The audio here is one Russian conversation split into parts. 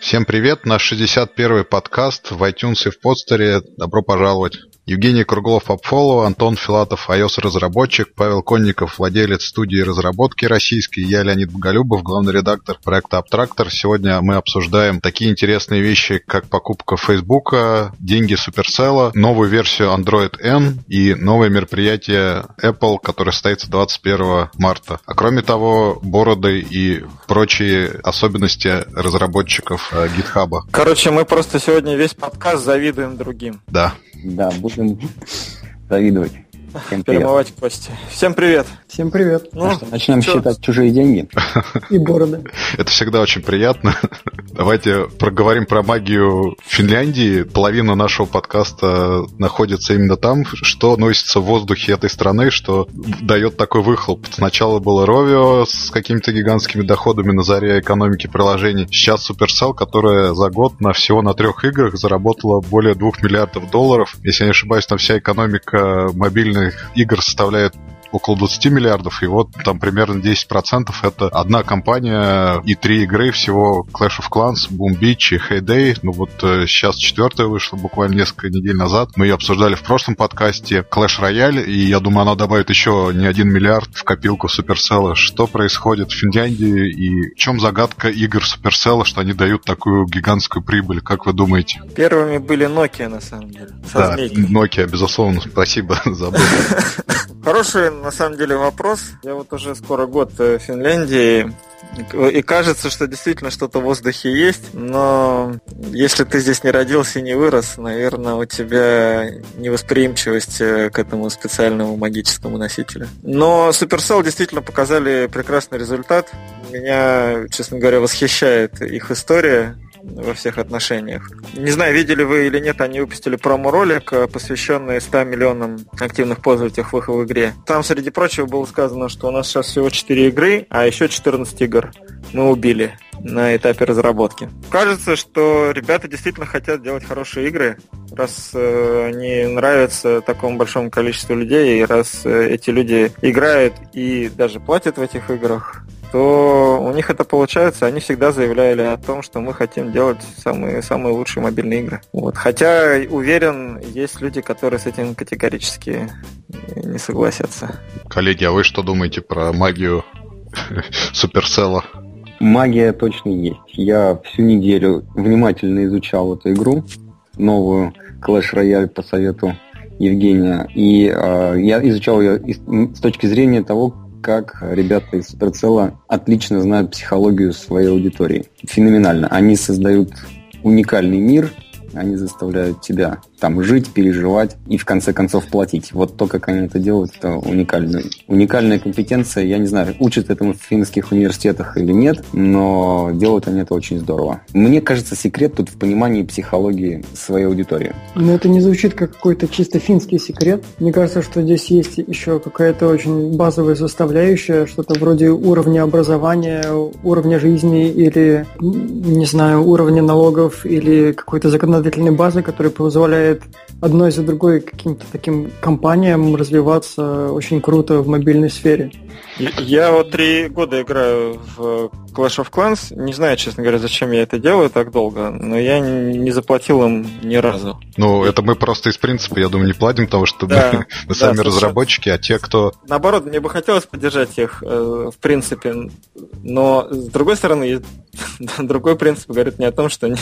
Всем привет, наш 61-й подкаст в iTunes и в подстере. Добро пожаловать. Евгений Круглов, AppFollow, Антон Филатов, iOS-разработчик, Павел Конников, владелец студии разработки российской, я Леонид Боголюбов, главный редактор проекта Аптрактор. Сегодня мы обсуждаем такие интересные вещи, как покупка Фейсбука, деньги Supercell, новую версию Android N и новое мероприятие Apple, которое состоится 21 марта. А кроме того, бороды и прочие особенности разработчиков GitHub. Короче, мы просто сегодня весь подкаст завидуем другим. Да. Да, будем завидовать. Перемывать кости. Всем привет. Всем привет. Ну, начнем считать чужие деньги. И бороды. Это всегда очень приятно. Давайте проговорим про магию Финляндии. Половина нашего подкаста находится именно там, что носится в воздухе этой страны, что дает такой выхлоп. Сначала было Rovio с какими-то гигантскими доходами на заре экономики приложений. Сейчас Supercell, которая за год всего на 3 играх заработала более $2 миллиардов. Если я не ошибаюсь, там вся экономика мобильных игр составляет около 20 миллиардов, и вот там примерно 10% это одна компания и 3 игры всего: Clash of Clans, Boom Beach и Hay Day. Ну вот сейчас 4-я вышла буквально несколько недель назад. Мы ее обсуждали в прошлом подкасте. Clash Royale, и я думаю, она добавит еще не 1 миллиард в копилку Supercell. Что происходит в Финляндии и в чем загадка игр Supercell, что они дают такую гигантскую прибыль, как вы думаете? Первыми были Nokia, на самом деле. Да, Nokia, безусловно, спасибо, забыл. Хороший, на самом деле, вопрос. Я вот уже скоро год в Финляндии, и кажется, что действительно что-то в воздухе есть, но если ты здесь не родился и не вырос, наверное, у тебя невосприимчивость к этому специальному магическому носителю. Но Supercell действительно показали прекрасный результат. Меня, честно говоря, восхищает их история во всех отношениях. Не знаю, видели вы или нет, они выпустили промо-ролик, посвященный 100 миллионам активных пользователей в их игре. Там, среди прочего, было сказано, что у нас сейчас всего 4 игры, а еще 14 игр мы убили на этапе разработки. Кажется, что ребята действительно хотят делать хорошие игры, раз они нравятся такому большому количеству людей, и раз эти люди играют и даже платят в этих играх, то у них это получается. Они всегда заявляли о том, что мы хотим делать самые лучшие мобильные игры. Вот. Хотя, уверен, есть люди, которые с этим категорически не согласятся. Коллеги, а вы что думаете про магию Supercell? Магия точно есть. Я всю неделю внимательно изучал эту игру, новую Clash Royale по совету Евгения. И я изучал ее с точки зрения того, как ребята из Supercell отлично знают психологию своей аудитории. Феноменально. Они создают уникальный мир, они заставляют тебя там жить, переживать и в конце концов платить. Вот то, как они это делают, это уникальная компетенция. Я не знаю, учат этому в финских университетах или нет, но делают они это очень здорово. Мне кажется, секрет тут в понимании психологии своей аудитории. Но это не звучит как какой-то чисто финский секрет. Мне кажется, что здесь есть еще какая-то очень базовая составляющая, что-то вроде уровня образования, уровня жизни или, не знаю, уровня налогов или какой-то законодательной базы, которая позволяет одной за другой каким-то таким компаниям развиваться очень круто в мобильной сфере. Я вот 3 года играю в Clash of Clans. Не знаю, честно говоря, зачем я это делаю так долго, но я не заплатил им ни разу. Ну, это мы просто из принципа, я думаю, не платим, потому что мы сами разработчики, а те, кто... Наоборот, мне бы хотелось поддержать их, в принципе, но, с другой стороны, другой принцип говорит мне о том, что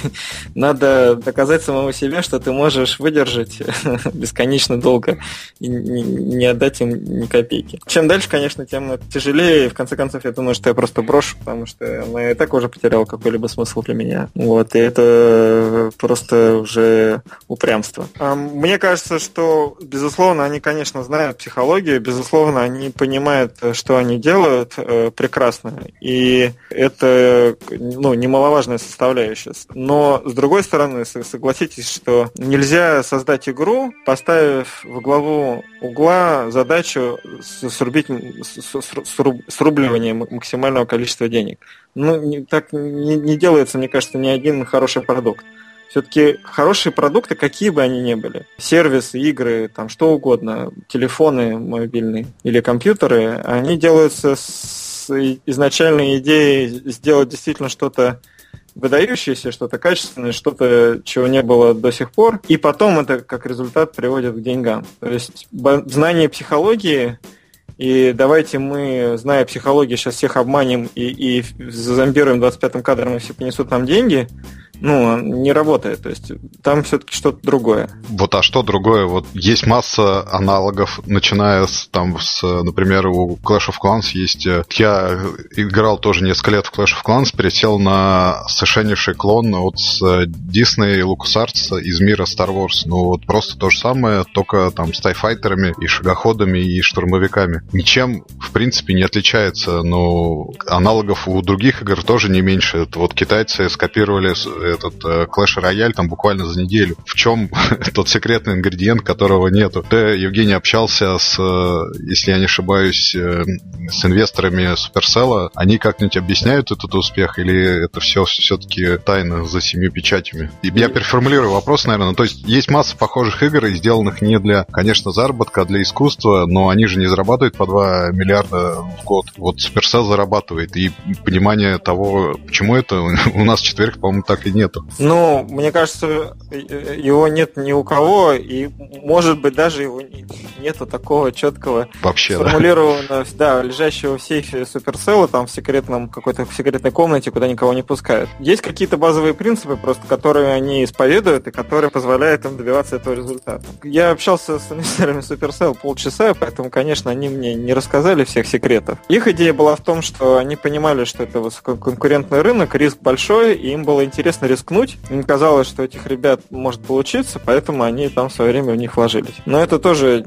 надо доказать самому себе, что ты можешь выдержать бесконечно долго и не отдать им ни копейки. Чем дальше, конечно, тем это тяжелее, и в конце концов я думаю, что я просто брошу, потому что она и так уже потеряла какой-либо смысл для меня. Вот, и это просто уже упрямство. Мне кажется, что, безусловно, они, конечно, знают психологию, безусловно, они понимают, что они делают прекрасно, и это, немаловажная составляющая. Но, с другой стороны, согласитесь, что нельзя создать игру, поставив в главу угла задачу срубливания максимального количества денег. Так не делается, мне кажется, ни один хороший продукт. Все-таки хорошие продукты, какие бы они ни были, сервисы, игры, там что угодно, телефоны мобильные или компьютеры, они делаются с изначальной идеей сделать действительно что-то выдающееся, что-то качественное, что-то, чего не было до сих пор, и потом это как результат приводит к деньгам. То есть знание психологии, и давайте мы, зная психологию, сейчас всех обманем и зазомбируем 25-м кадром, и все понесут нам деньги, не работает. То есть там все-таки что-то другое. Вот, а что другое? Вот есть масса аналогов, начиная например, у Clash of Clans есть... Я играл тоже несколько лет в Clash of Clans, пересел на совершеннейший клон от Disney и LucasArts из мира Star Wars. Вот просто то же самое, только там с тайфайтерами и шагоходами и штурмовиками. Ничем, в принципе, не отличается, но аналогов у других игр тоже не меньше. Это вот китайцы скопировали этот Clash Royale там буквально за неделю. В чем тот секретный ингредиент, которого нету? Ты, Евгений, общался если я не ошибаюсь, с инвесторами Supercell. Они как-нибудь объясняют этот успех, или это все-таки тайна за 7 печатями? И я переформулирую вопрос, наверное. То есть есть масса похожих игр, и сделанных не для, конечно, заработка, а для искусства, но они же не зарабатывают по 2 миллиарда в год. Вот Supercell зарабатывает, и понимание того, почему это у нас в четверг, по-моему, так и нету. Мне кажется, его нет ни у кого, и, может быть, даже его нету такого четкого сформулированного, лежащего в сейфе Supercell, там в секретной комнате, куда никого не пускают. Есть какие-то базовые принципы, просто которые они исповедуют и которые позволяют им добиваться этого результата. Я общался с инвесторами Supercell полчаса, поэтому, конечно, они мне не рассказали всех секретов. Их идея была в том, что они понимали, что это высококонкурентный рынок, риск большой, и им было интересно рискнуть. Им казалось, что у этих ребят может получиться, поэтому они там в свое время в них вложились. Но это тоже,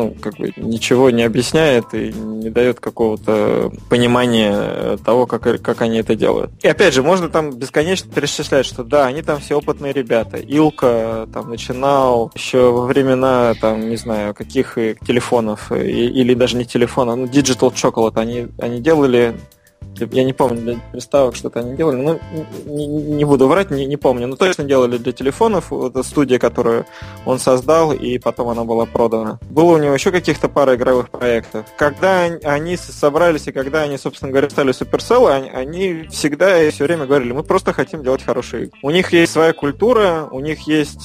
ничего не объясняет и не дает какого-то понимания того, как они это делают. И опять же, можно там бесконечно перечислять, что да, они там все опытные ребята. Илка там начинал еще во времена, там, не знаю, каких телефонов, или даже не телефона, Digital Chocolate они делали. Я не помню, для приставок что-то они делали. Не буду врать, не помню. Но точно делали для телефонов. Это студия, которую он создал, и потом она была продана. Было у него еще каких-то пара игровых проектов. Когда они собрались, и когда они, собственно говоря, стали Supercell, они всегда и все время говорили, мы просто хотим делать хорошие игры. У них есть своя культура, у них есть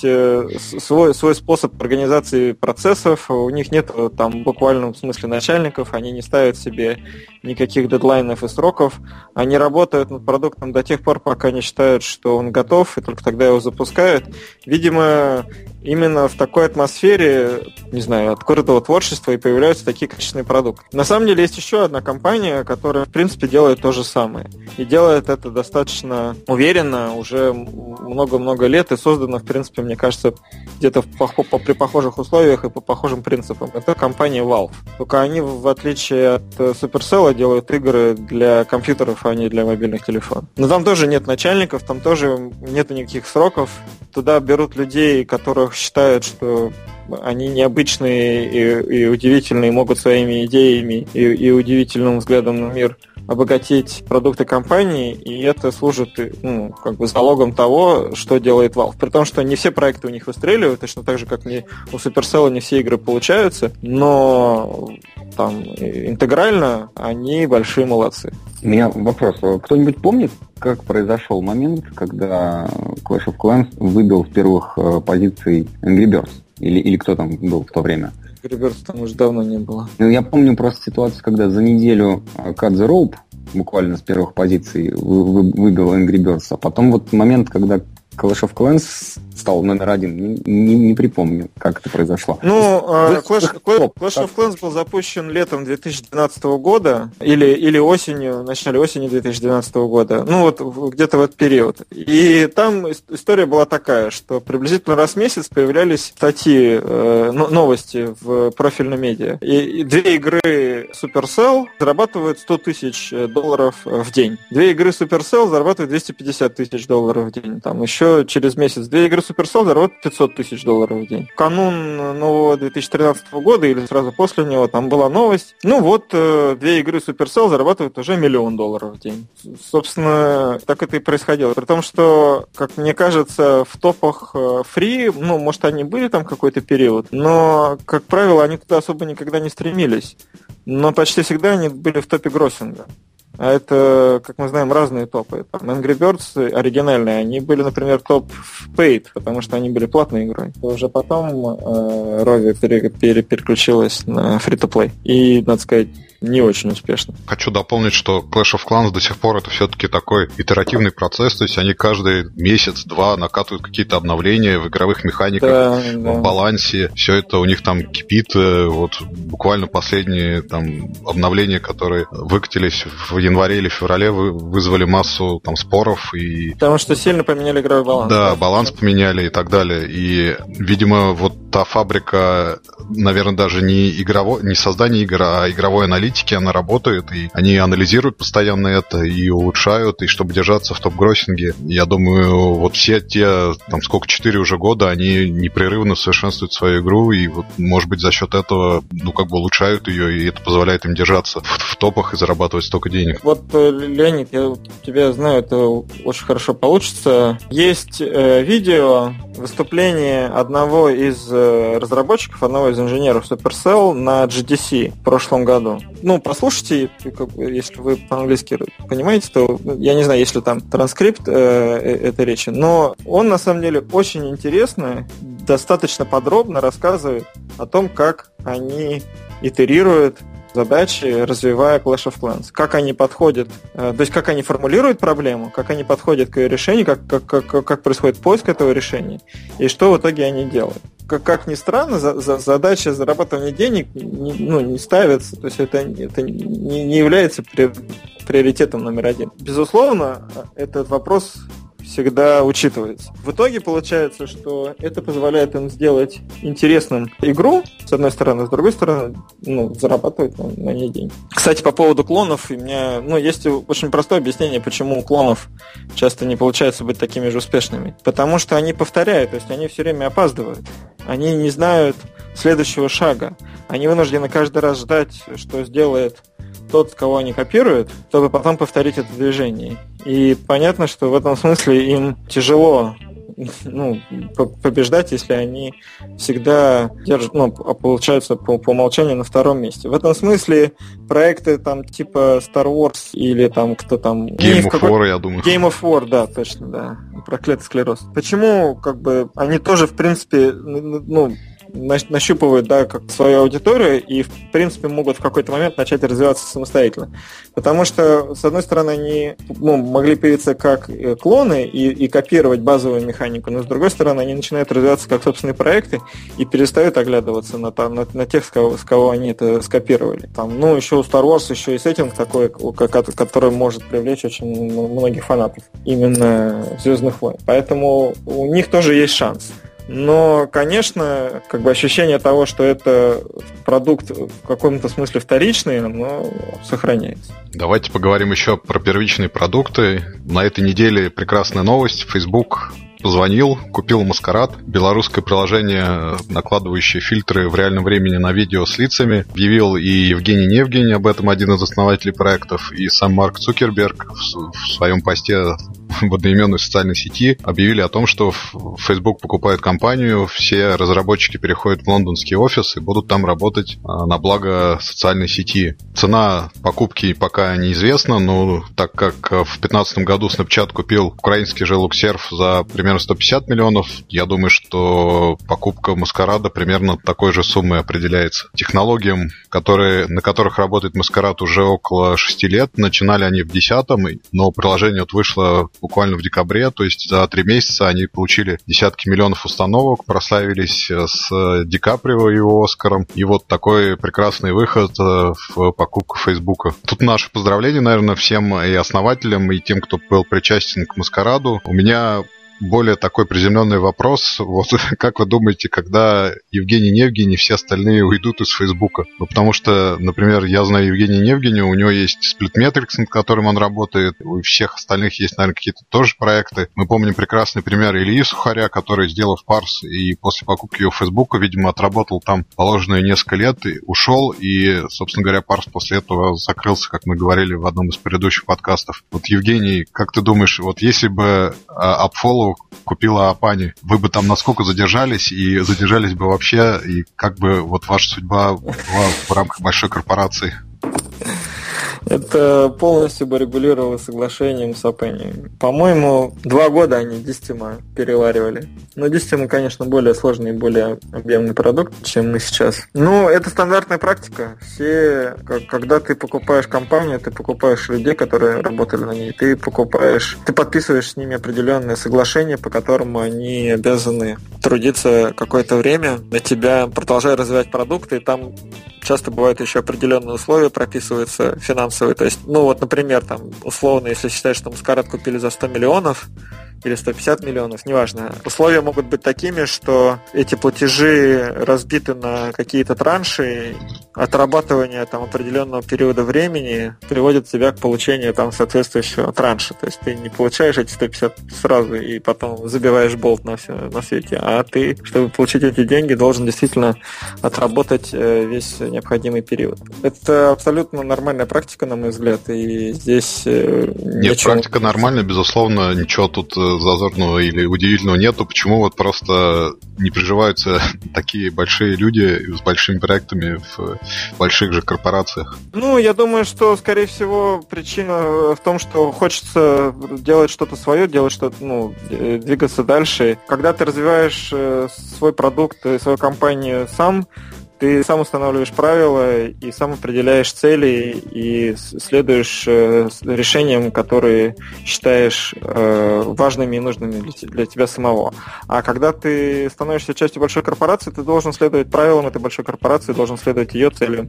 свой способ организации процессов, у них нет там в буквальном смысле начальников, они не ставят себе никаких дедлайнов и сроков. Они работают над продуктом до тех пор, пока не считают, что он готов, и только тогда его запускают. Видимо, именно в такой атмосфере, не знаю, открытого творчества и появляются такие качественные продукты. На самом деле есть еще одна компания, которая, в принципе, делает то же самое. И делает это достаточно уверенно уже много-много лет и создана, в принципе, мне кажется, где-то при похожих условиях и по похожим принципам. Это компания Valve. Только они, в отличие от Supercell, делают игры для компьютеров, а не для мобильных телефонов. Но там тоже нет начальников, там тоже нету никаких сроков. Туда берут людей, которых считают, что они необычные и удивительные, могут своими идеями и удивительным взглядом на мир обогатить продукты компании, и это служит залогом того, что делает Valve. При том, что не все проекты у них выстреливают, точно так же, как у Supercell не все игры получаются, но там интегрально они большие молодцы. У меня вопрос. Кто-нибудь помнит, как произошел момент, когда Clash of Clans выбил с первых позиций Angry Birds? Или кто там был в то время? Angry Birds там уже давно не было. Я помню просто ситуацию, когда за неделю Cut the Rope буквально с первых позиций выбил Angry Birds, а потом вот момент, когда Clash of Clans стал номер один. Не припомню, как это произошло. Clash of Clans был запущен летом 2012 года или осенью, в начале осени 2012 года. Где-то в этот период. И там история была такая, что приблизительно раз в месяц появлялись статьи, новости в профильном медиа. И две игры Supercell зарабатывают $100 000 в день. Две игры Supercell зарабатывают $250 000 в день. Там еще через месяц две игры Supercell заработают $500 000 в день. В канун нового 2013 года или сразу после него там была новость. Две игры Supercell зарабатывают уже $1 миллион в день. Собственно, так это и происходило. При том, что, как мне кажется, в топах фри, может, они были там какой-то период, но, как правило, они туда особо никогда не стремились. Но почти всегда они были в топе гроссинга. А это, как мы знаем, разные топы. Там Angry Birds оригинальные, они были, например, топ в Paid, потому что они были платной игрой. Уже потом Rovio переключилась на Free-to-Play. И, надо сказать, не очень успешно. Хочу дополнить, что Clash of Clans до сих пор это все-таки такой итеративный процесс, то есть они каждый месяц-два накатывают какие-то обновления в игровых механиках, в балансе, все это у них там кипит. Вот буквально последние там обновления, которые выкатились в январе или феврале, вызвали массу там споров. Потому что сильно поменяли игровой баланс. Да, баланс поменяли и так далее. И, видимо, вот та фабрика, наверное, даже не создание игр, а игровой аналитики, она работает, и они анализируют постоянно это и улучшают, и чтобы держаться в топ-гроссинге. Я думаю, вот все те, там сколько, 4 уже года, они непрерывно совершенствуют свою игру, и вот, может быть, за счет этого, улучшают ее, и это позволяет им держаться в топах и зарабатывать столько денег. Вот, Леонид, я тебя знаю, это очень хорошо получится. Есть видео, выступление одного из разработчиков, одного из инженеров Supercell на GDC в прошлом году. Послушайте, если вы по-английски понимаете, то я не знаю, есть ли там транскрипт этой речи, но он на самом деле очень интересно, достаточно подробно рассказывает о том, как они итерируют задачи, развивая Clash of Clans. Как они подходят, то есть как они формулируют проблему, как они подходят к ее решению, как происходит поиск этого решения, и что в итоге они делают. Как ни странно, задача зарабатывания денег не ставится, то есть это не является приоритетом номер один. Безусловно, этот вопрос всегда учитывается. В итоге получается, что это позволяет им сделать интересным игру, с одной стороны, с другой стороны, зарабатывать на ней деньги. Кстати, по поводу клонов, у меня есть очень простое объяснение, почему у клонов часто не получается быть такими же успешными. Потому что они повторяют, то есть они все время опаздывают. Они не знают следующего шага. Они вынуждены каждый раз ждать, что сделает тот, кого они копируют, чтобы потом повторить это движение. И понятно, что в этом смысле им тяжело побеждать, если они всегда получаются по умолчанию на втором месте. В этом смысле проекты там типа Star Wars или там кто там... Game of War, я думаю. Game of War, да, точно, да. Проклятый склероз. Почему, они тоже, в принципе, нащупывают, как свою аудиторию и, в принципе, могут в какой-то момент начать развиваться самостоятельно. Потому что, с одной стороны, они могли появиться как клоны и копировать базовую механику, но, с другой стороны, они начинают развиваться как собственные проекты и перестают оглядываться на тех, с кого они это скопировали. Еще у Star Wars еще и сеттинг такой, который может привлечь очень многих фанатов именно «Звездных войн». Поэтому у них тоже есть шанс. Но, конечно, ощущение того, что это продукт в каком-то смысле вторичный, оно сохраняется. Давайте поговорим еще про первичные продукты. На этой неделе прекрасная новость. Facebook позвонил, купил Маскарад, белорусское приложение, накладывающее фильтры в реальном времени на видео с лицами. Объявил и Евгений Невгений, об этом один из основателей проектов, и сам Марк Цукерберг в своем посте в одноименной социальной сети объявили о том, что Facebook покупает компанию, все разработчики переходят в лондонский офис и будут там работать на благо социальной сети. Цена покупки пока неизвестна, но так как в 2015 году Snapchat купил украинский же Луксерв за примерно 150 миллионов, я думаю, что покупка Маскарада примерно такой же суммой определяется. Технологиям, на которых работает Маскарад, уже около 6 лет. Начинали они в 2010-м, но приложение вышло буквально в декабре, то есть за 3 месяца они получили десятки миллионов установок, прославились с Ди Каприо и его Оскаром. И вот такой прекрасный выход в покупку Фейсбука. Тут наши поздравления, наверное, всем и основателям, и тем, кто был причастен к Маскараду. У меня более такой приземленный вопрос. Вот как вы думаете, когда Евгений Невгений и все остальные уйдут из Фейсбука? Потому что, например, я знаю Евгения Невгения, у него есть Splitmetrics, над которым он работает, у всех остальных есть, наверное, какие-то тоже проекты. Мы помним прекрасный пример Ильи Сухаря, который, сделав Парс и после покупки его Фейсбука, видимо, отработал там положенные несколько лет, и ушел, и, собственно говоря, Парс после этого закрылся, как мы говорили в одном из предыдущих подкастов. Вот, Евгений, как ты думаешь, вот если бы AppFollow купила Апани, вы бы там насколько задержались, и задержались бы вообще, и как бы вот ваша судьба была в рамках большой корпорации? Это полностью бы регулировалось соглашением с Apple. По-моему, 2 года они Distimo переваривали. Но Distimo, конечно, более сложный и более объемный продукт, чем мы сейчас. Ну, это стандартная практика. Когда ты покупаешь компанию, ты покупаешь людей, которые работали на ней. Ты подписываешь с ними определенное соглашение, по которому они обязаны трудиться какое-то время на тебя, продолжая развивать продукты, и там часто бывают еще определенные условия, прописываются финансовые. То есть, например, там, условно, если считать, что Маскарад купили за 100 миллионов или 150 миллионов, неважно. Условия могут быть такими, что эти платежи разбиты на какие-то транши, отрабатывание там определенного периода времени приводит тебя к получению там соответствующего транша. То есть ты не получаешь эти 150 сразу и потом забиваешь болт на все на свете, а ты, чтобы получить эти деньги, должен действительно отработать весь необходимый период. Это абсолютно нормальная практика, на мой взгляд, и здесь Нет, практика нормальная, безусловно, ничего тут зазорного или удивительного нету. Почему просто не приживаются такие большие люди с большими проектами в больших же корпорациях? Я думаю, что, скорее всего, причина в том, что хочется делать что-то свое, двигаться дальше. Когда ты развиваешь свой продукт, свою компанию сам, ты сам устанавливаешь правила и сам определяешь цели и следуешь решениям, которые считаешь важными и нужными для тебя самого. А когда ты становишься частью большой корпорации, ты должен следовать правилам этой большой корпорации, должен следовать ее целям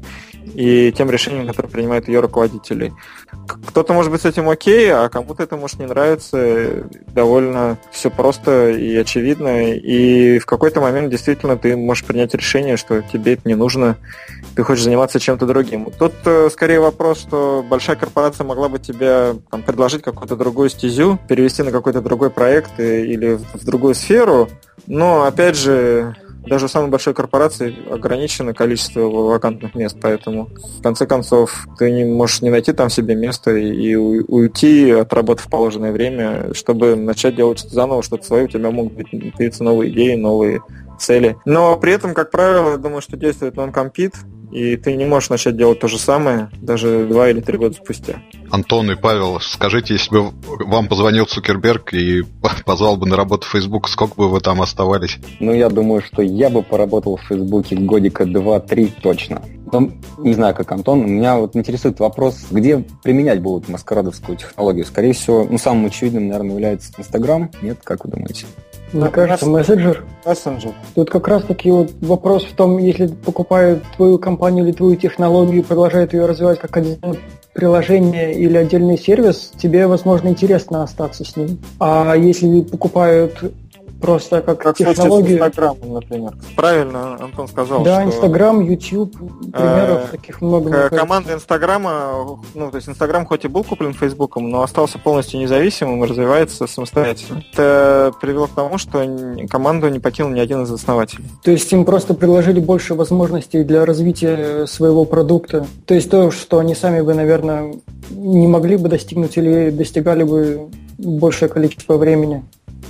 и тем решениям, которые принимают ее руководители. Кто-то может быть с этим окей, а кому-то это может не нравиться. Довольно все просто и очевидно. И в какой-то момент действительно ты можешь принять решение, что тебе не нужно, ты хочешь заниматься чем-то другим. Тут скорее вопрос, что большая корпорация могла бы тебе предложить какую-то другую стезю, перевести на какой-то другой проект или в другую сферу, но, опять же, даже у самой большой корпорации ограничено количество вакантных мест, поэтому, в конце концов, ты не можешь не найти там себе место и уйти, отработав положенное время, чтобы начать делать что-то заново, что-то свое, у тебя могут появиться новые идеи, новые цели. Но при этом, как правило, я думаю, что действует non-compete, и ты не можешь начать делать то же самое даже 2 или 3 года спустя. Антон и Павел, скажите, если бы вам позвонил Цукерберг и позвал бы на работу в Facebook, сколько бы вы там оставались? Я думаю, что я бы поработал в Фейсбуке годика 2-3 точно. Но, не знаю, как Антон, меня интересует вопрос, где применять будут маскарадовскую технологию. Скорее всего, самым очевидным, наверное, является Инстаграм. Нет, как вы думаете? Мне кажется, мессенджер. Тут как раз таки вопрос в том, если покупают твою компанию или твою технологию и продолжают ее развивать как отдельное приложение или отдельный сервис, тебе, возможно, интересно остаться с ним. А если покупают просто как технологию... С Инстаграмом, например. Правильно Антон сказал, да, что... Инстаграм, YouTube, примеров таких много. Команда Инстаграма, то есть Инстаграм хоть и был куплен Фейсбуком, но остался полностью независимым и развивается самостоятельно. Это привело к тому, что команду не покинул ни один из основателей. То есть им просто предложили больше возможностей для развития своего продукта. То есть то, что они сами бы, наверное, не могли бы достигнуть или достигали бы большее количество времени.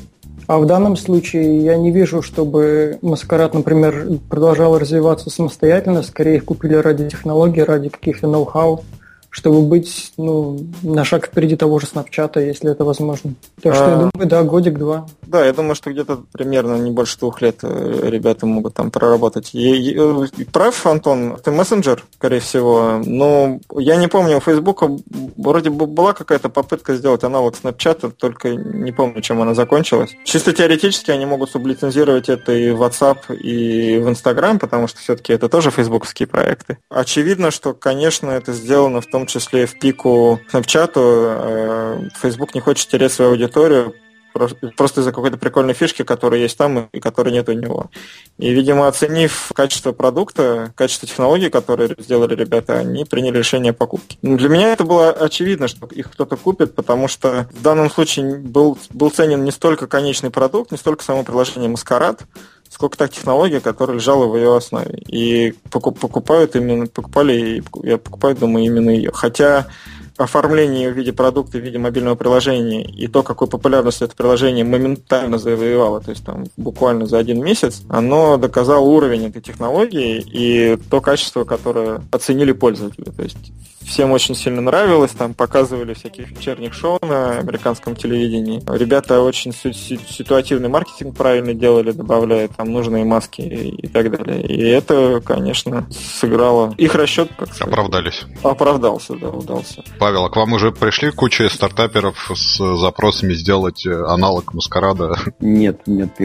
А в данном случае я не вижу, чтобы Маскарад, например, продолжал развиваться самостоятельно. Скорее их купили ради технологий, ради каких-то ноу-хау, чтобы быть на шаг впереди того же Снапчата, если это возможно. Так что я думаю, да, годик-два. Да, я думаю, что где-то примерно не больше 2 лет ребята могут там проработать. Прав, Антон, это мессенджер, скорее всего, но я не помню, у Фейсбука вроде бы была какая-то попытка сделать аналог Снапчата, только не помню, чем она закончилась. Чисто теоретически они могут сублицензировать это и в WhatsApp, и в Instagram, потому что все-таки это тоже фейсбуковские проекты. Очевидно, что, конечно, это сделано в том числе в пику Снапчату. Facebook не хочет терять свою аудиторию просто из-за какой-то прикольной фишки, которая есть там и которой нет у него. И, видимо, оценив качество продукта, качество технологий, которые сделали ребята, они приняли решение о покупке. Для меня это было очевидно, что их кто-то купит, потому что в данном случае был ценен не столько конечный продукт, не столько само приложение Маскарад, сколько та технология, которая лежала в ее основе. И покупают, думаю, именно ее. Хотя оформлении в виде продукта, в виде мобильного приложения, и то, какой популярностью это приложение моментально завоевало, то есть там буквально за 1 месяц, оно доказало уровень этой технологии и то качество, которое оценили пользователи. То есть всем очень сильно нравилось, там показывали всяких вечерних шоу на американском телевидении. Ребята очень ситуативный маркетинг правильно делали, добавляя там нужные маски и так далее. И это, конечно, сыграло. Их расчет, как сказать, оправдался, да, удался. Павел, а к вам уже пришли куча стартаперов с запросами сделать аналог Маскарада? Нет,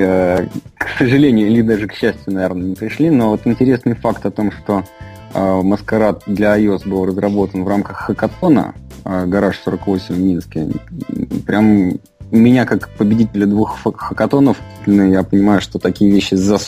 к сожалению, или даже к счастью, наверное, не пришли, но вот интересный факт о том, что Маскарад для iOS был разработан в рамках хакатона Гараж 48 в Минске. Прям меня, как победителя 2 хакатонов, я понимаю, что такие вещи за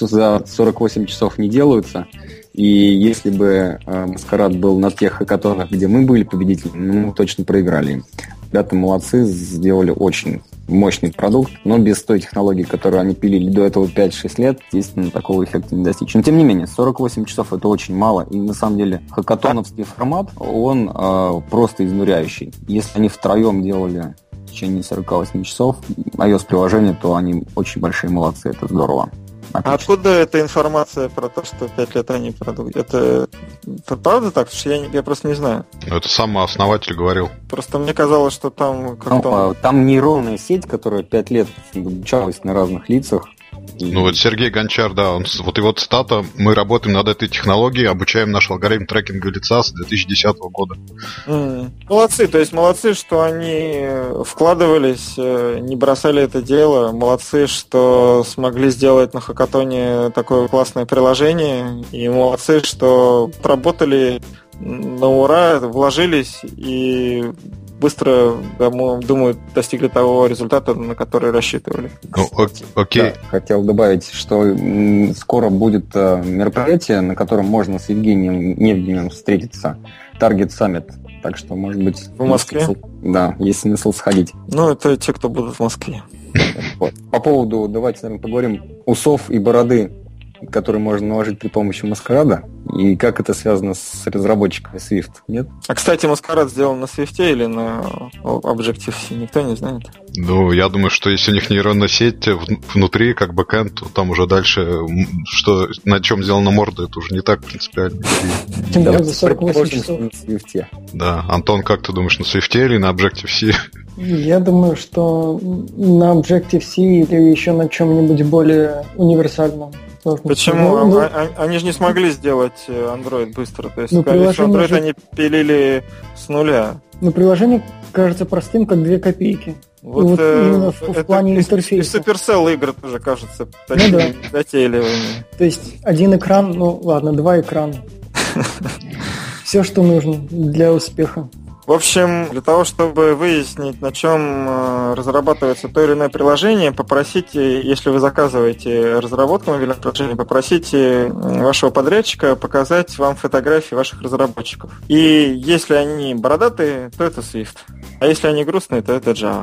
48 часов не делаются. И если бы Маскарад был на тех хакатонах, где мы были победителями, мы точно проиграли им. Ребята молодцы, сделали очень мощный продукт, но без той технологии, которую они пилили до этого 5-6 лет, естественно, такого эффекта не достичь. Но тем не менее, 48 часов это очень мало, и на самом деле хакатоновский формат, он просто изнуряющий. Если они втроем делали в течение 48 часов iOS-приложение, то они очень большие молодцы, это здорово. Отлично. А откуда эта информация про то, что 5 лет они продукт? Это правда так? Потому что я просто не знаю. Это сам основатель говорил. Просто мне казалось, что там как-то... Там нейронная сеть, которая 5 лет обучалась на разных лицах. Ну вот Сергей Гончар, да, вот его цитата: «Мы работаем над этой технологией, обучаем наш алгоритм трекинга лица с 2010 года». Молодцы, то есть молодцы, что они вкладывались, не бросали это дело, молодцы, что смогли сделать на хакатоне такое классное приложение, и молодцы, что работали на ура, вложились и быстро, думаю, достигли того результата, на который рассчитывали. Ну, окей. Да, хотел добавить, что скоро будет мероприятие, на котором можно с Евгением Невгиным встретиться. Target Summit. Так что, может быть... В Москве? Есть смысл сходить. Ну, это те, кто будут в Москве. Вот. По поводу, давайте, наверное, поговорим, усов и бороды, которые можно наложить при помощи Маскарада, и как это связано с разработчиками Swift, нет? А, кстати, Маскарад сделан на Swift или на Objective-C, никто не знает. Ну, я думаю, что если у них нейронная сеть внутри, как бэкэнд, то там уже дальше, что, на чем сделана морда, это уже не так принципиально. Да, за 48 часов. Да, Антон, как ты думаешь, на Swift или на Objective-C? Я думаю, что на Objective-C или еще на чем-нибудь более универсальном. Почему? Они же не смогли сделать Android быстро. То есть, скорее всего, Android они пилили с нуля. Но приложение кажется простым, как 2 копейки. Вот именно в плане интерфейса. И Supercell игры тоже кажутся такими затейливыми. То есть один экран, 2 экрана. Все, что нужно для успеха. В общем, для того, чтобы выяснить, на чем разрабатывается то или иное приложение, попросите, если вы заказываете разработку мобильного приложения, попросите вашего подрядчика показать вам фотографии ваших разработчиков. И если они бородатые, то это Swift. А если они грустные, то это Java.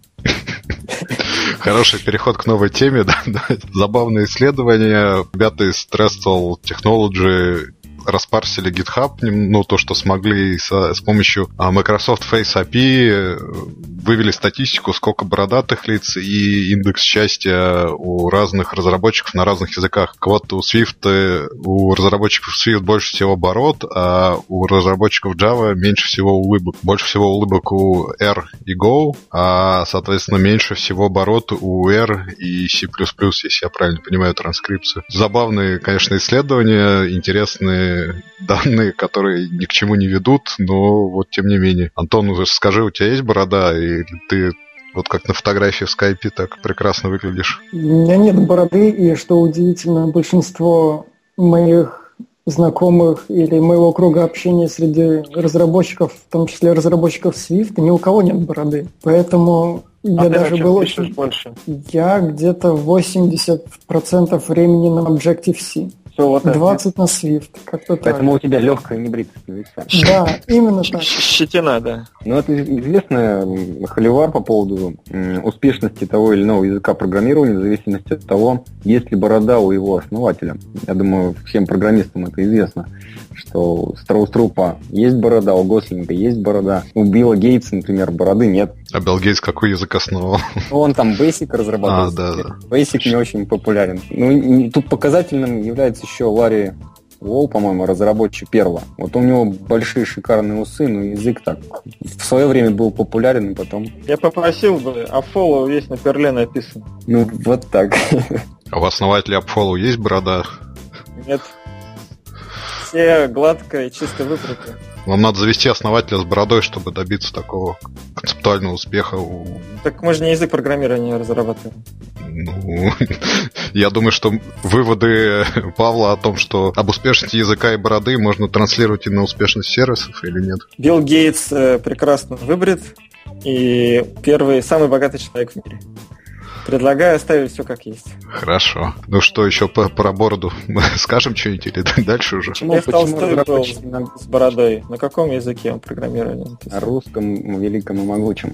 Хороший переход к новой теме. Да. Забавное исследование. Ребята из Trestle Technology распарсили GitHub, то, что смогли с помощью Microsoft Face API, вывели статистику, сколько бородатых лиц и индекс счастья у разных разработчиков на разных языках. Вот у разработчиков Swift больше всего бород, а у разработчиков Java меньше всего улыбок. Больше всего улыбок у R и Go, а, соответственно, меньше всего бород у R и C++, если я правильно понимаю транскрипцию. Забавные, конечно, исследования, интересные данные, которые ни к чему не ведут, но вот тем не менее. Антон, скажи, у тебя есть борода, или ты вот как на фотографии в скайпе так прекрасно выглядишь? У меня нет бороды, и что удивительно, большинство моих знакомых или моего круга общения среди разработчиков, в том числе разработчиков Swift, ни у кого нет бороды. Поэтому я даже был очень... больше? Я где-то 80% времени на Objective-C. 20 на Swift, как-то так. Поэтому у тебя легкая небритость лица. Да, именно так. Щетина, да. Ну, это известная холивар по поводу успешности того или иного языка программирования в зависимости от того, есть ли борода у его основателя. Я думаю, всем программистам это известно. что у Страус-Трупа есть борода, у Гослинга есть борода, у Билла Гейтса, например, бороды нет. А Билл Гейтс какой язык основал? Он там Basic разрабатывает. Да. Basic не очень популярен. Ну, тут показательным является еще Ларри Уолл, по-моему, разработчик Перла. Вот у него большие шикарные усы, но язык так в свое время был популярен, и потом... Я попросил бы, а фоллоу есть на Перле написано. Ну, вот так. А у основателя Апфоллоу есть борода? Нет. Все гладко и чисто выбрито. Вам надо завести основателя с бородой, чтобы добиться такого концептуального успеха. Так мы же не язык программирования разрабатываем. Ну, я думаю, что выводы Павла о том, что об успешности языка и бороды можно транслировать и на успешность сервисов, или нет? Билл Гейтс прекрасно выбрит и первый, самый богатый человек в мире. Предлагаю оставить все как есть. Хорошо. Ну что, еще про бороду? Мы скажем что-нибудь или дальше уже? Лев Толстой был с бородой. На каком языке он программирование написал? На русском, великом и могучем.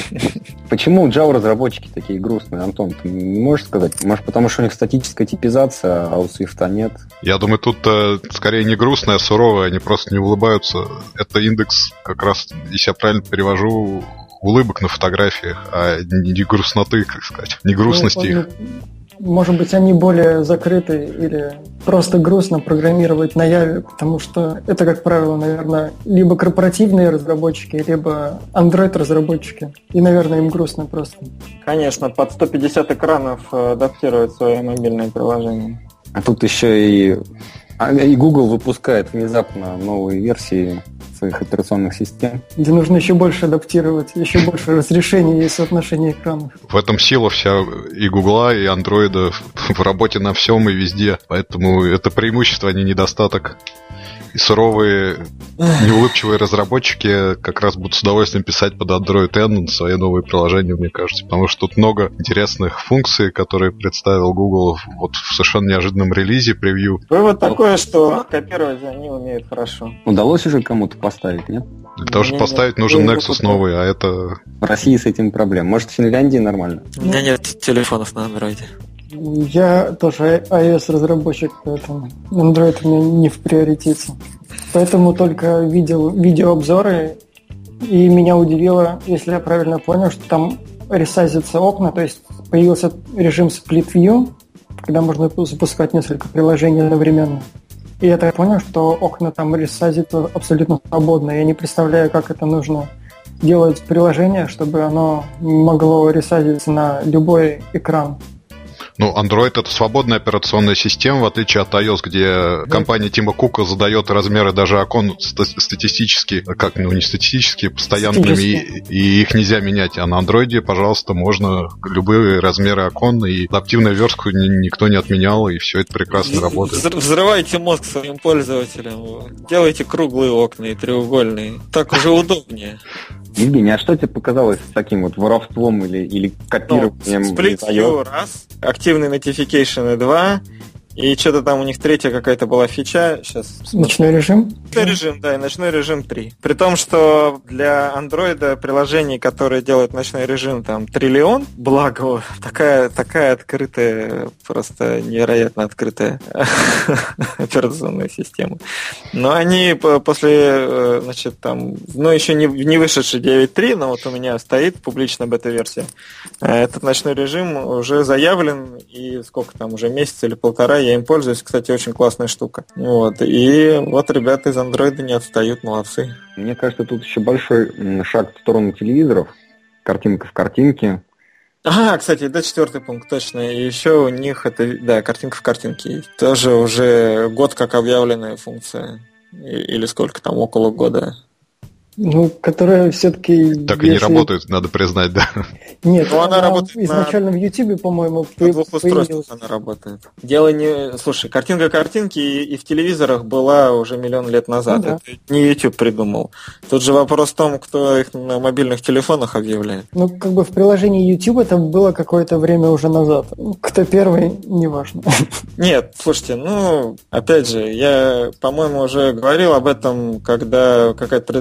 Почему Java разработчики такие грустные, Антон? Ты не можешь сказать? Может, потому что у них статическая типизация, а у Swift нет? Я думаю, тут скорее не грустная, а суровая. Они просто не улыбаются. Это индекс, как раз, если я правильно перевожу, улыбок на фотографиях, а не грустноты, как сказать, не грустности. Может быть, они более закрыты или просто грустно программировать на Java, потому что это, как правило, наверное, либо корпоративные разработчики, либо Android-разработчики. И, наверное, им грустно просто. Конечно, под 150 экранов адаптировать свое мобильное приложение. А тут еще и Google выпускает внезапно новые версии своих операционных систем. Где нужно еще больше адаптировать, еще больше разрешений и соотношения экранов. В этом сила вся и Гугла, и Андроида в работе на всем и везде. Поэтому это преимущество, а не недостаток. И суровые, неулыбчивые разработчики как раз будут с удовольствием писать под Android N свои новые приложения, мне кажется. Потому что тут много интересных функций, которые представил Google вот в совершенно неожиданном релизе, превью. Вывод такой, что копировать они умеют хорошо. Удалось уже кому-то поставить, нет? Для того, чтобы поставить, нужен Nexus новый, а это... В России с этим проблем. Может, в Финляндии нормально? У меня нет телефонов на Android. Я тоже iOS-разработчик, поэтому Android у меня не в приоритете. Поэтому только видел видеообзоры, и меня удивило, если я правильно понял, что там ресайзятся окна, то есть появился режим Split View, когда можно запускать несколько приложений одновременно. И я так понял, что окна там ресайзятся абсолютно свободно. Я не представляю, как это нужно делать приложение, чтобы оно могло ресайзиться на любой экран. Ну, Android — это свободная операционная система, в отличие от iOS, где компания Тима Кука задает размеры даже окон статистически, не статистически, постоянными, и их нельзя менять. А на Android, пожалуйста, можно любые размеры окон, и адаптивную верстку никто не отменял, и все это прекрасно работает. Взрывайте мозг своим пользователям, делайте круглые окна и треугольные. Так уже удобнее. Евгений, а что тебе показалось таким вот воровством или копированием? Split View раз, активный Notification 2, и что-то там у них третья какая-то была фича. Сейчас ночной режим? Ночной режим, да, и ночной режим 3. При том, что для Android приложений, которые делают ночной режим, там триллион, благо, такая открытая, просто невероятно открытая операционная система. Но они после, значит, там, еще не вышедший 9.3, но вот у меня стоит публично бета-версия. Этот ночной режим уже заявлен, и сколько там, уже месяц или полтора я им пользуюсь, кстати, очень классная штука. Вот. И вот ребята из Android не отстают, молодцы. Мне кажется, тут еще большой шаг в сторону телевизоров. Картинка в картинке. Ага, кстати, да, 4 пункт, точно. И еще у них это, да, картинка в картинке есть. Тоже уже год как объявленная функция. Или сколько там, около года. Ну, которая все-таки... Так и не работает, надо признать, да. Нет, она работает изначально в YouTube, по-моему, на двух устройствах она работает. Дело не... Слушай, картинка картинки и в телевизорах была уже миллион лет назад. Ну, да. Это не YouTube придумал. Тут же вопрос в том, кто их на мобильных телефонах объявляет. Ну, как бы в приложении YouTube это было какое-то время уже назад. Кто первый, неважно. Нет, слушайте, опять же, я, по-моему, уже говорил об этом, когда какая-то предыдущая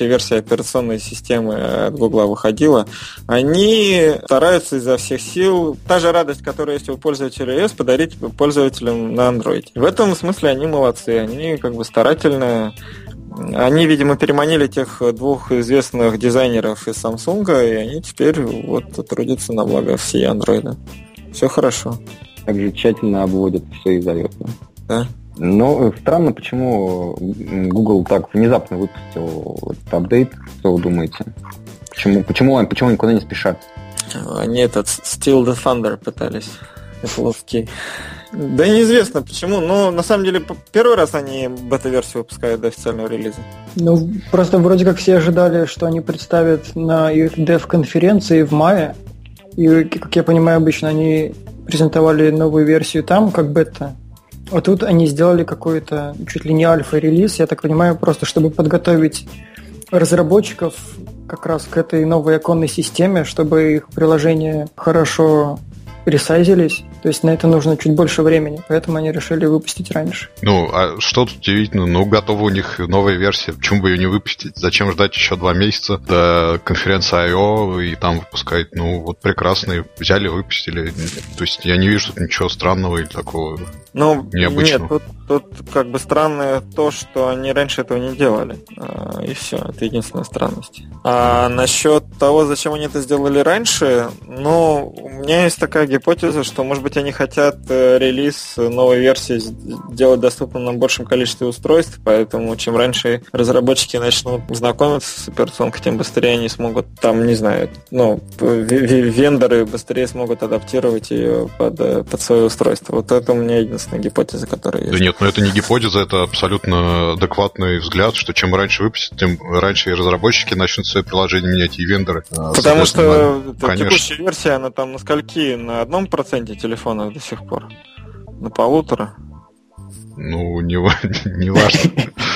версия операционной системы от Google выходила, они стараются изо всех сил, та же радость, которая есть у пользователя iOS, подарить пользователям на Android. В этом смысле они молодцы, они как бы старательно. Они, видимо, переманили тех двух известных дизайнеров из Samsung, и они теперь вот трудятся на благо всей Android. Все хорошо. Также тщательно обводят все из iOS. Да. Но странно, почему Google так внезапно выпустил этот апдейт. Что вы думаете? Почему они никуда не спешат? Они Steal the Thunder пытались. Apple-овский. Да неизвестно почему, но на самом деле первый раз они бета-версию выпускают до официального релиза. Ну, просто вроде как все ожидали, что они представят на их dev-конференции в мае. И, как я понимаю, обычно они презентовали новую версию там, как бета. А тут они сделали какой-то чуть ли не альфа-релиз, я так понимаю, просто чтобы подготовить разработчиков как раз к этой новой оконной системе, чтобы их приложения хорошо ресайзились. То есть на это нужно чуть больше времени, поэтому они решили выпустить раньше. Ну, а что тут удивительно? Ну, готова у них новая версия. Почему бы ее не выпустить? Зачем ждать еще 2 месяца до конференции I.O. и там выпускать? Ну, вот прекрасно. Взяли, выпустили. То есть я не вижу тут ничего странного или такого необычного. Нет, тут как бы странное то, что они раньше этого не делали. И все. Это единственная странность. А насчет того, зачем они это сделали раньше, ну, у меня есть такая гипотеза, что, может быть, они хотят релиз новой версии сделать доступным на большем количестве устройств, поэтому чем раньше разработчики начнут знакомиться с операционкой, тем быстрее они смогут, там, не знаю, вендоры быстрее смогут адаптировать ее под свое устройство. Вот это у меня единственная гипотеза, которая есть. Да нет, это не гипотеза, это абсолютно адекватный взгляд, что чем раньше выпустят, тем раньше и разработчики начнут свои приложения менять, и вендоры. Потому что текущая версия, она там на скольки? На 1% телефонов до сих пор? На 1,5%? Ну, не важно.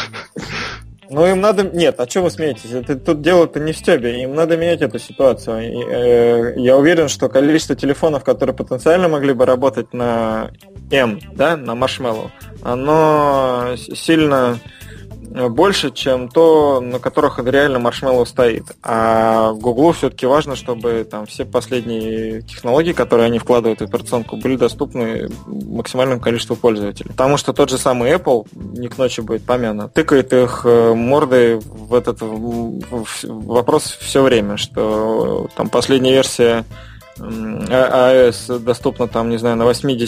Ну, им надо... Нет, а что вы смеетесь? Тут дело-то не в стёбе. Им надо менять эту ситуацию. Я уверен, что количество телефонов, которые потенциально могли бы работать на M, да, на Marshmallow, оно сильно больше, чем то, на которых реально Marshmallow стоит. А Google все-таки важно, чтобы там все последние технологии, которые они вкладывают в операционку, были доступны максимальному количеству пользователей. Потому что тот же самый Apple, не к ночи будет помянут, тыкает их мордой в этот вопрос все время, что там последняя версия iOS доступна там, не знаю, на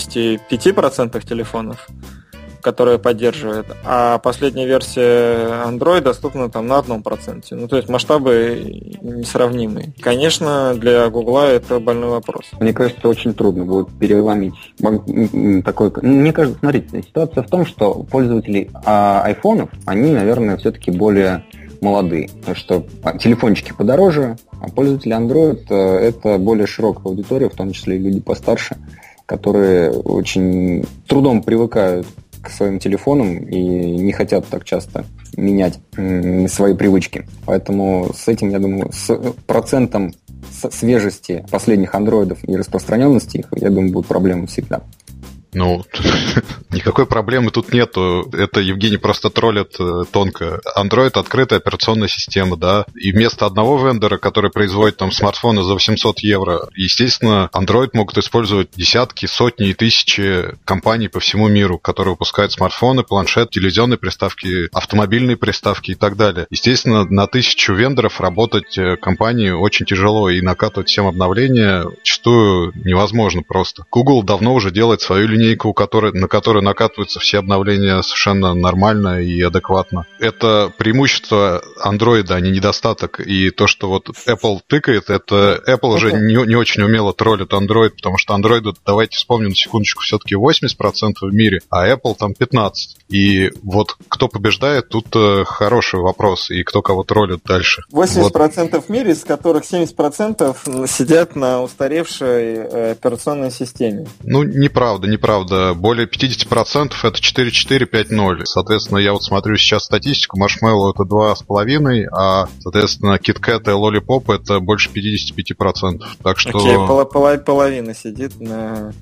85% телефонов, которая поддерживает, а последняя версия Android доступна там на 1%. Ну, то есть масштабы несравнимые. Конечно, для Google это больной вопрос. Мне кажется, очень трудно будет переломить такой... Мне кажется, смотрите, ситуация в том, что пользователи айфонов, они, наверное, все-таки более молодые, потому что телефончики подороже, а пользователи Android это более широкая аудитория, в том числе и люди постарше, которые очень трудом привыкают к своим телефонам и не хотят так часто менять свои привычки. Поэтому с этим, я думаю, с процентом свежести последних андроидов и распространенности их, я думаю, будут проблемы всегда. Ну, никакой проблемы тут нету. Это Евгений просто троллит тонко. Android — открытая операционная система, да. И вместо одного вендора, который производит там смартфоны за 800 евро, естественно, Android могут использовать десятки, сотни и тысячи компаний по всему миру, которые выпускают смартфоны, планшеты, телевизионные приставки, автомобильные приставки и так далее. Естественно, на 1000 вендоров работать компании очень тяжело, и накатывать всем обновления зачастую невозможно просто. Google давно уже делает свою линейку, на которую накатываются все обновления совершенно нормально и адекватно. Это преимущество Android, а не недостаток. И то, что вот Apple тыкает, это Apple уже не очень умело троллит Android, потому что Android, давайте вспомним на секундочку, все-таки 80% в мире, а Apple там 15%. И вот кто побеждает, тут хороший вопрос, и кто кого троллит дальше. 80% в мире, из которых 70% сидят на устаревшей операционной системе. Ну, неправда. Более 50% это 4.4.5.0. Соответственно, я вот смотрю сейчас статистику. Marshmallow это 2,5%, а, соответственно, KitKat и Lollipop это больше 55%. Так что... Окей, половина сидит на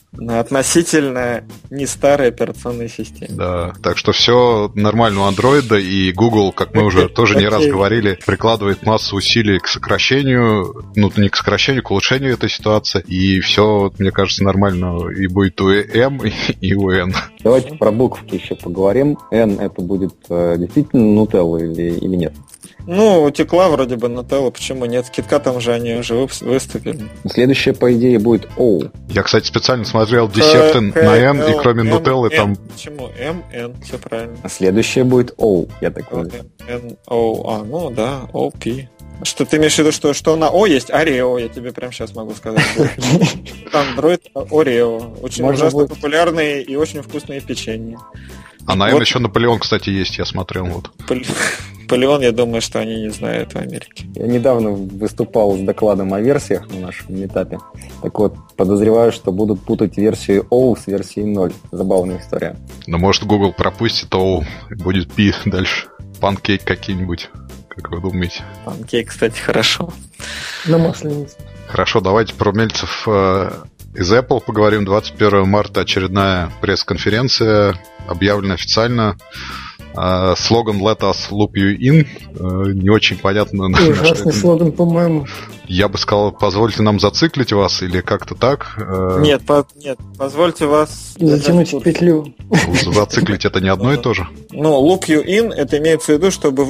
на относительно не старой операционной системе. Да, так что все нормально у Android, и Google, как мы уже тоже не раз говорили, прикладывает массу усилий к сокращению, ну, не к сокращению, к улучшению этой ситуации, и все, мне кажется, нормально и будет у M, и у N. Давайте про буковки еще поговорим. N это будет действительно Nutella или нет? Ну, утекла вроде бы Nutella, почему нет? С KitKat же они уже выступили. Следующее, по идее, будет O. Я, кстати, специально смотрел десерты на N, и кроме Nutella там... Почему? M, N, все правильно. А следующее будет O, я так понял. N, O, ну да, O, P. Что ты имеешь в виду, что на O есть Oreo, я тебе прямо сейчас могу сказать. Android Oreo. Очень ужасно популярные и очень вкусные печенья. А на N еще Наполеон, кстати, есть, я смотрел. Вот. Наполеон, я думаю, что они не знают в Америке. Я недавно выступал с докладом о версиях на нашем митапе. Так вот, подозреваю, что будут путать версию O с версией 0. Забавная история. Но может Google пропустит O, будет P дальше. Панкейк какие-нибудь. Как вы думаете? Панкейк, кстати, хорошо. На масленицу. Хорошо, давайте про умельцев из Apple поговорим. 21 марта очередная пресс-конференция, объявлена официально. Слоган «Let us loop you in». Не очень понятно. Ужасный слоган, по-моему. Я бы сказал, позвольте нам зациклить вас, или как-то так. Нет, позвольте вас... Затянуть в петлю. Зациклить это не одно и то же? Ну, loop you in, это имеется в виду, чтобы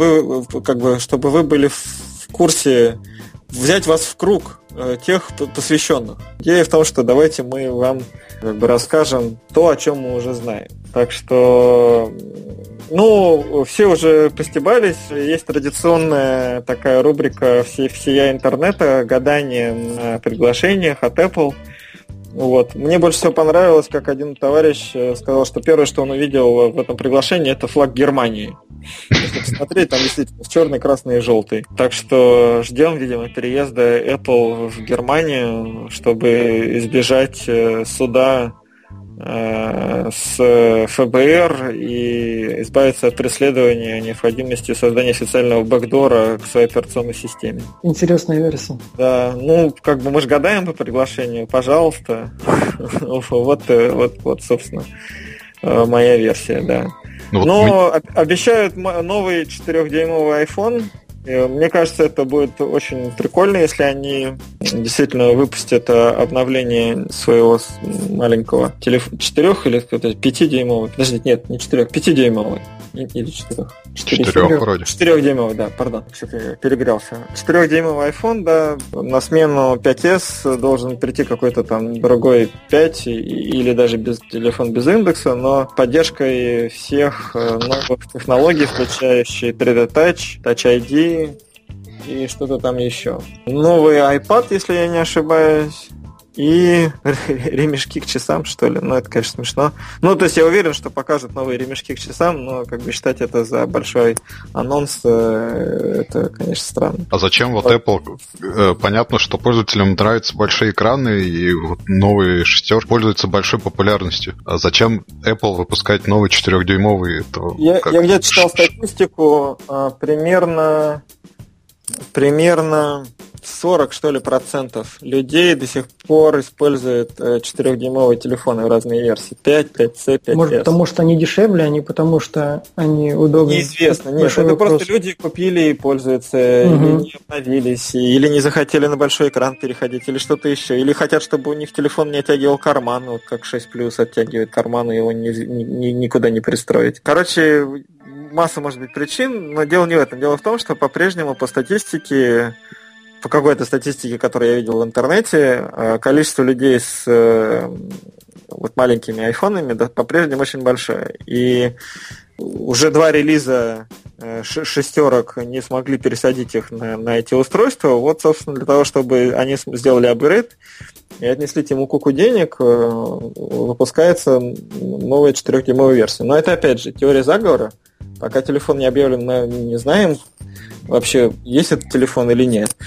вы были в курсе, взять вас в круг тех посвященных. Идея в том, что давайте мы вам расскажем то, о чем мы уже знаем. Так что, все уже постебались. Есть традиционная такая рубрика «Всея интернета», гадание на приглашениях от Apple. Вот. Мне больше всего понравилось, как один товарищ сказал, что первое, что он увидел в этом приглашении, это флаг Германии. Если посмотреть, там действительно черный, красный и желтый. Так что ждем, видимо, переезда Apple в Германию, чтобы избежать суда с ФБР и избавиться от преследования о необходимости создания официального бэкдора к своей операционной системе. Интересная версия. Да, мы же гадаем по приглашению, пожалуйста. Вот, собственно, моя версия, да. Но обещают новый 4-дюймовый iPhone. Мне кажется, это будет очень прикольно, если они действительно выпустят обновление своего маленького телефона. 4 или 5-дюймовый? Подождите, нет, не 4, 5-дюймовый. Или 4? 4 вроде. 4-дюймовый, да, пардон, что-то я перегрелся. 4-дюймовый iPhone, да, на смену 5S должен прийти какой-то там другой 5 или даже телефон без индекса, но поддержкой всех новых технологий, включающих 3D Touch, Touch ID и что-то там еще. Новый iPad, если я не ошибаюсь. И ремешки к часам, что ли. Это, конечно, смешно. То есть я уверен, что покажут новые ремешки к часам, но считать это за большой анонс, это, конечно, странно. А зачем Apple? Понятно, что пользователям нравятся большие экраны, и новые шестерки пользуются большой популярностью. А зачем Apple выпускать новый 4-дюймовый? Я где-то читал статистику, примерно 40, что ли, процентов людей до сих пор используют 4-дюймовые телефоны в разные версии. 5, 5C, 5S. Может, потому что они дешевле, а не потому что они удобнее? Неизвестно. Нет, это просто люди купили и пользуются, или не обновились, или не захотели на большой экран переходить, или что-то еще. Или хотят, чтобы у них телефон не оттягивал карман, вот как 6 Plus оттягивает карман, и его никуда не пристроить. Короче, масса, может быть, причин, но дело не в этом. Дело в том, что по-прежнему по какой-то статистике, которую я видел в интернете, количество людей с маленькими айфонами по-прежнему очень большое. И уже 2 релиза шестерок не смогли пересадить их на эти устройства. Вот, собственно, для того, чтобы они сделали апгрейд и отнесли Тиму Куку денег, выпускается новая 4-дюймовая версия. Но это, опять же, теория заговора. Пока телефон не объявлен, мы не знаем, вообще есть этот телефон или нет.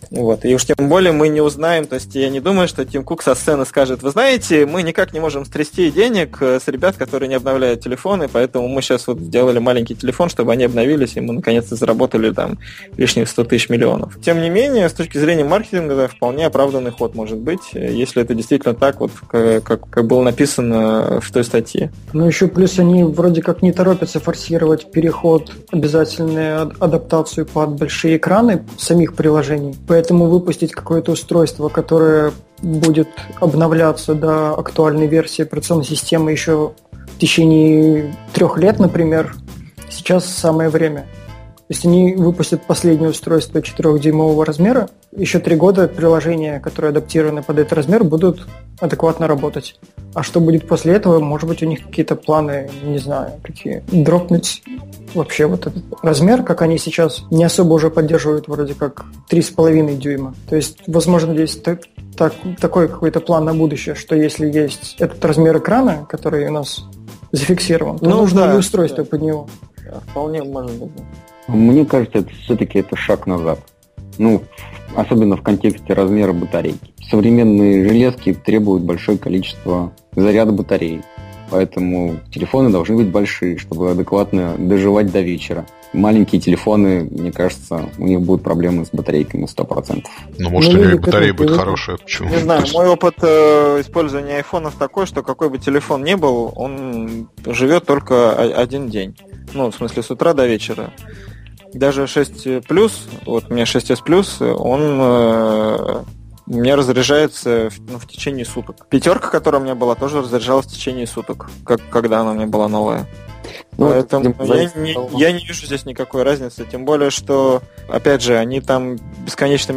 Вот. И уж тем более мы не узнаем, то есть я не думаю, что Тим Кук со сцены скажет: вы знаете, мы никак не можем стрясти денег с ребят, которые не обновляют телефоны, поэтому мы сейчас вот сделали маленький телефон, чтобы они обновились, и мы наконец-то заработали там лишних 100 тысяч миллионов. Тем не менее, с точки зрения маркетинга, это вполне оправданный ход может быть, если это действительно так, вот как было написано в той статье. Ну еще плюс они вроде как не торопятся форсировать переход, обязательную адаптацию под большие экраны самих приложений. Поэтому выпустить какое-то устройство, которое будет обновляться до актуальной версии операционной системы еще в течение 3 лет, например, сейчас самое время. То есть они выпустят последнее устройство 4-дюймового размера, еще 3 года приложения, которые адаптированы под этот размер, будут адекватно работать. А что будет после этого, может быть, у них какие-то планы, не знаю, какие, дропнуть вообще вот этот размер, как они сейчас не особо уже поддерживают, вроде как 3,5 дюйма. То есть, возможно, здесь такой какой-то план на будущее, что если есть этот размер экрана, который у нас зафиксирован, то нужно и устройство под него. Да, вполне может быть. Мне кажется, это все-таки это шаг назад. Ну, особенно в контексте размера батарейки. Современные железки требуют большое количество заряда батареи. Поэтому телефоны должны быть большие, чтобы адекватно доживать до вечера. Маленькие телефоны, мне кажется, у них будут проблемы с батарейками 100%. Ну, может, у них батарея будет хорошая. Почему? Не знаю, мой опыт использования айфонов такой, что какой бы телефон ни был, он живет только 1 день. Ну, в смысле, с утра до вечера. Даже 6 Plus, вот у меня 6s Plus, он у меня разряжается в течение суток. 5, которая у меня была, тоже разряжалась в течение суток, когда она у меня была новая. Ну, поэтому я не вижу здесь никакой разницы, тем более, что, опять же, они там бесконечно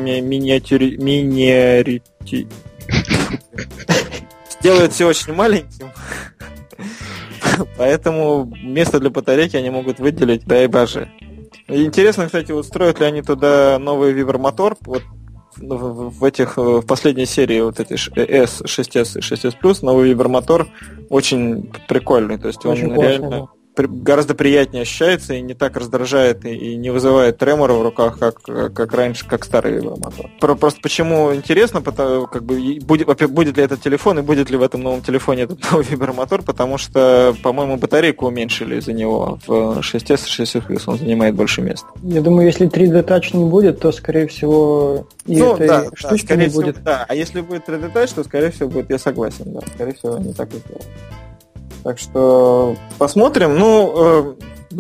делают все очень маленьким. Поэтому место для батарейки они могут выделить, дай боже. Интересно, кстати, вот строят ли они туда новый вибромотор. Вот в последней серии вот эти S, 6S и 6S Plus новый вибромотор очень прикольный. То есть он реально гораздо приятнее ощущается и не так раздражает и не вызывает тремора в руках, как раньше, как старый вибромотор. Просто почему интересно, как бы, будет ли этот телефон и будет ли в этом новом телефоне этот новый вибромотор, потому что, по-моему, батарейку уменьшили из-за него в 6S и 6S Plus, он занимает больше места. Я думаю, если 3D Touch не будет, то, скорее всего, и этой штучки не будет. Всего, да. А если будет 3D Touch, то, скорее всего, будет, я согласен, да, скорее всего, они так и сделают. Так что посмотрим. Ну,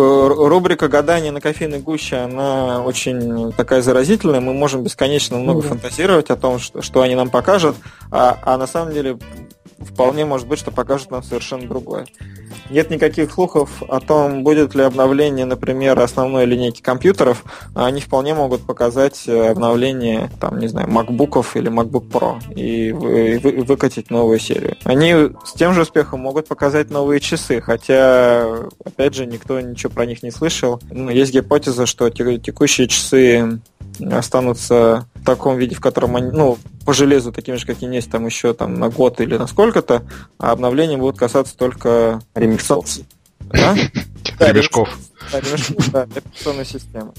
рубрика «Гадание на кофейной гуще», она очень такая заразительная. Мы можем бесконечно много фантазировать о том, что они нам покажут, а на самом деле вполне может быть, что покажут нам совершенно другое. Нет никаких слухов о том, будет ли обновление, например, основной линейки компьютеров. Они вполне могут показать обновление, там, не знаю, MacBook'ов или MacBook Pro и выкатить новую серию. Они с тем же успехом могут показать новые часы, хотя, опять же, никто ничего про них не слышал. Есть гипотеза, что текущие часы останутся в таком виде, в котором они, по железу такими же, как и есть, там еще там на год или на сколько-то, а обновления будут касаться только ремешков. Да? Ремешков. Да, ремешков, да, операционной системы.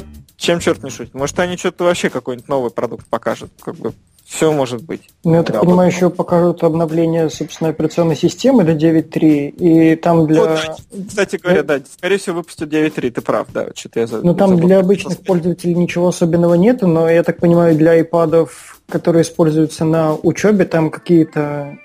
Чем черт не шутит? Может, они что-то вообще какой-нибудь новый продукт покажут, как бы. Все может быть. Я так понимаю, еще покажут обновление, собственно, операционной системы до 9.3, и там для... да. Кстати говоря, да, скорее всего, выпустят 9.3, ты прав, да. Что-то я но там для обычных пользователей ничего особенного нету, но я так понимаю, для айпадов, которые используются на учебе, там какие-то,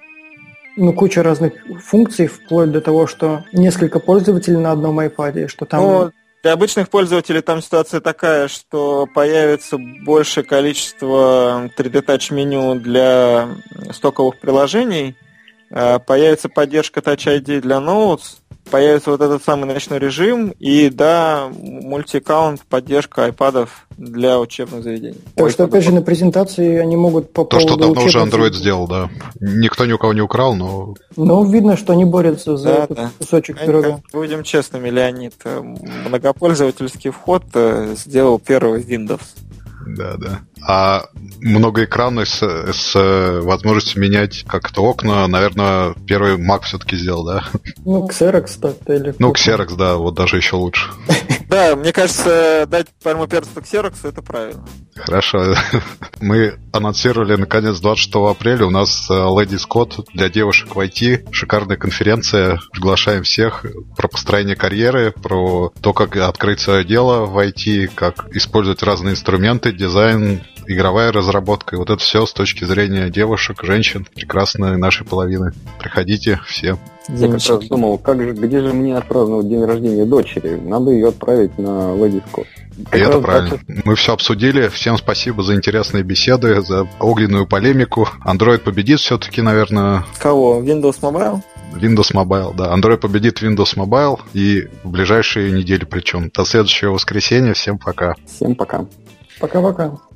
куча разных функций, вплоть до того, что несколько пользователей на одном айпаде, что там... Для обычных пользователей там ситуация такая, что появится большее количество 3D Touch меню для стоковых приложений, появится поддержка Touch ID для Notes, появится вот этот самый ночной режим и, да, мульти-аккаунт, поддержка айпадов для учебных заведений. Так что, опять же, на презентации они могут по поводу... То, что давно уже Android сделал, да. Никто ни у кого не украл, но... видно, что они борются за этот кусочек пирога. Будем честными, Леонид, многопользовательский вход сделал первый Windows. Да. А многоэкранный с возможностью менять как-то окна, наверное, первый Mac все-таки сделал, да? Ну, Xerox так-то или... Ну, Xerox, да, вот даже еще лучше. Да, мне кажется, дать первенство Xerox — это правильно. Хорошо. Мы анонсировали, наконец, 26 апреля. У нас Lady Scott для девушек в IT. Шикарная конференция. Приглашаем всех. Про построение карьеры, про то, как открыть свое дело в IT, как использовать разные инструменты, дизайн, игровая разработка. И вот это все с точки зрения девушек, женщин, прекрасной нашей половины. Приходите все. Я как раз думал, где же мне отпраздновать день рождения дочери? Надо ее отправить на Lady Scott. И это правильно. Мы все обсудили. Всем спасибо за интересные беседы, за огненную полемику. Android победит все-таки, наверное. Кого? Windows Mobile? Windows Mobile, да. Android победит Windows Mobile и в ближайшие недели причем. До следующего воскресенья. Всем пока. Всем пока. Пока-пока.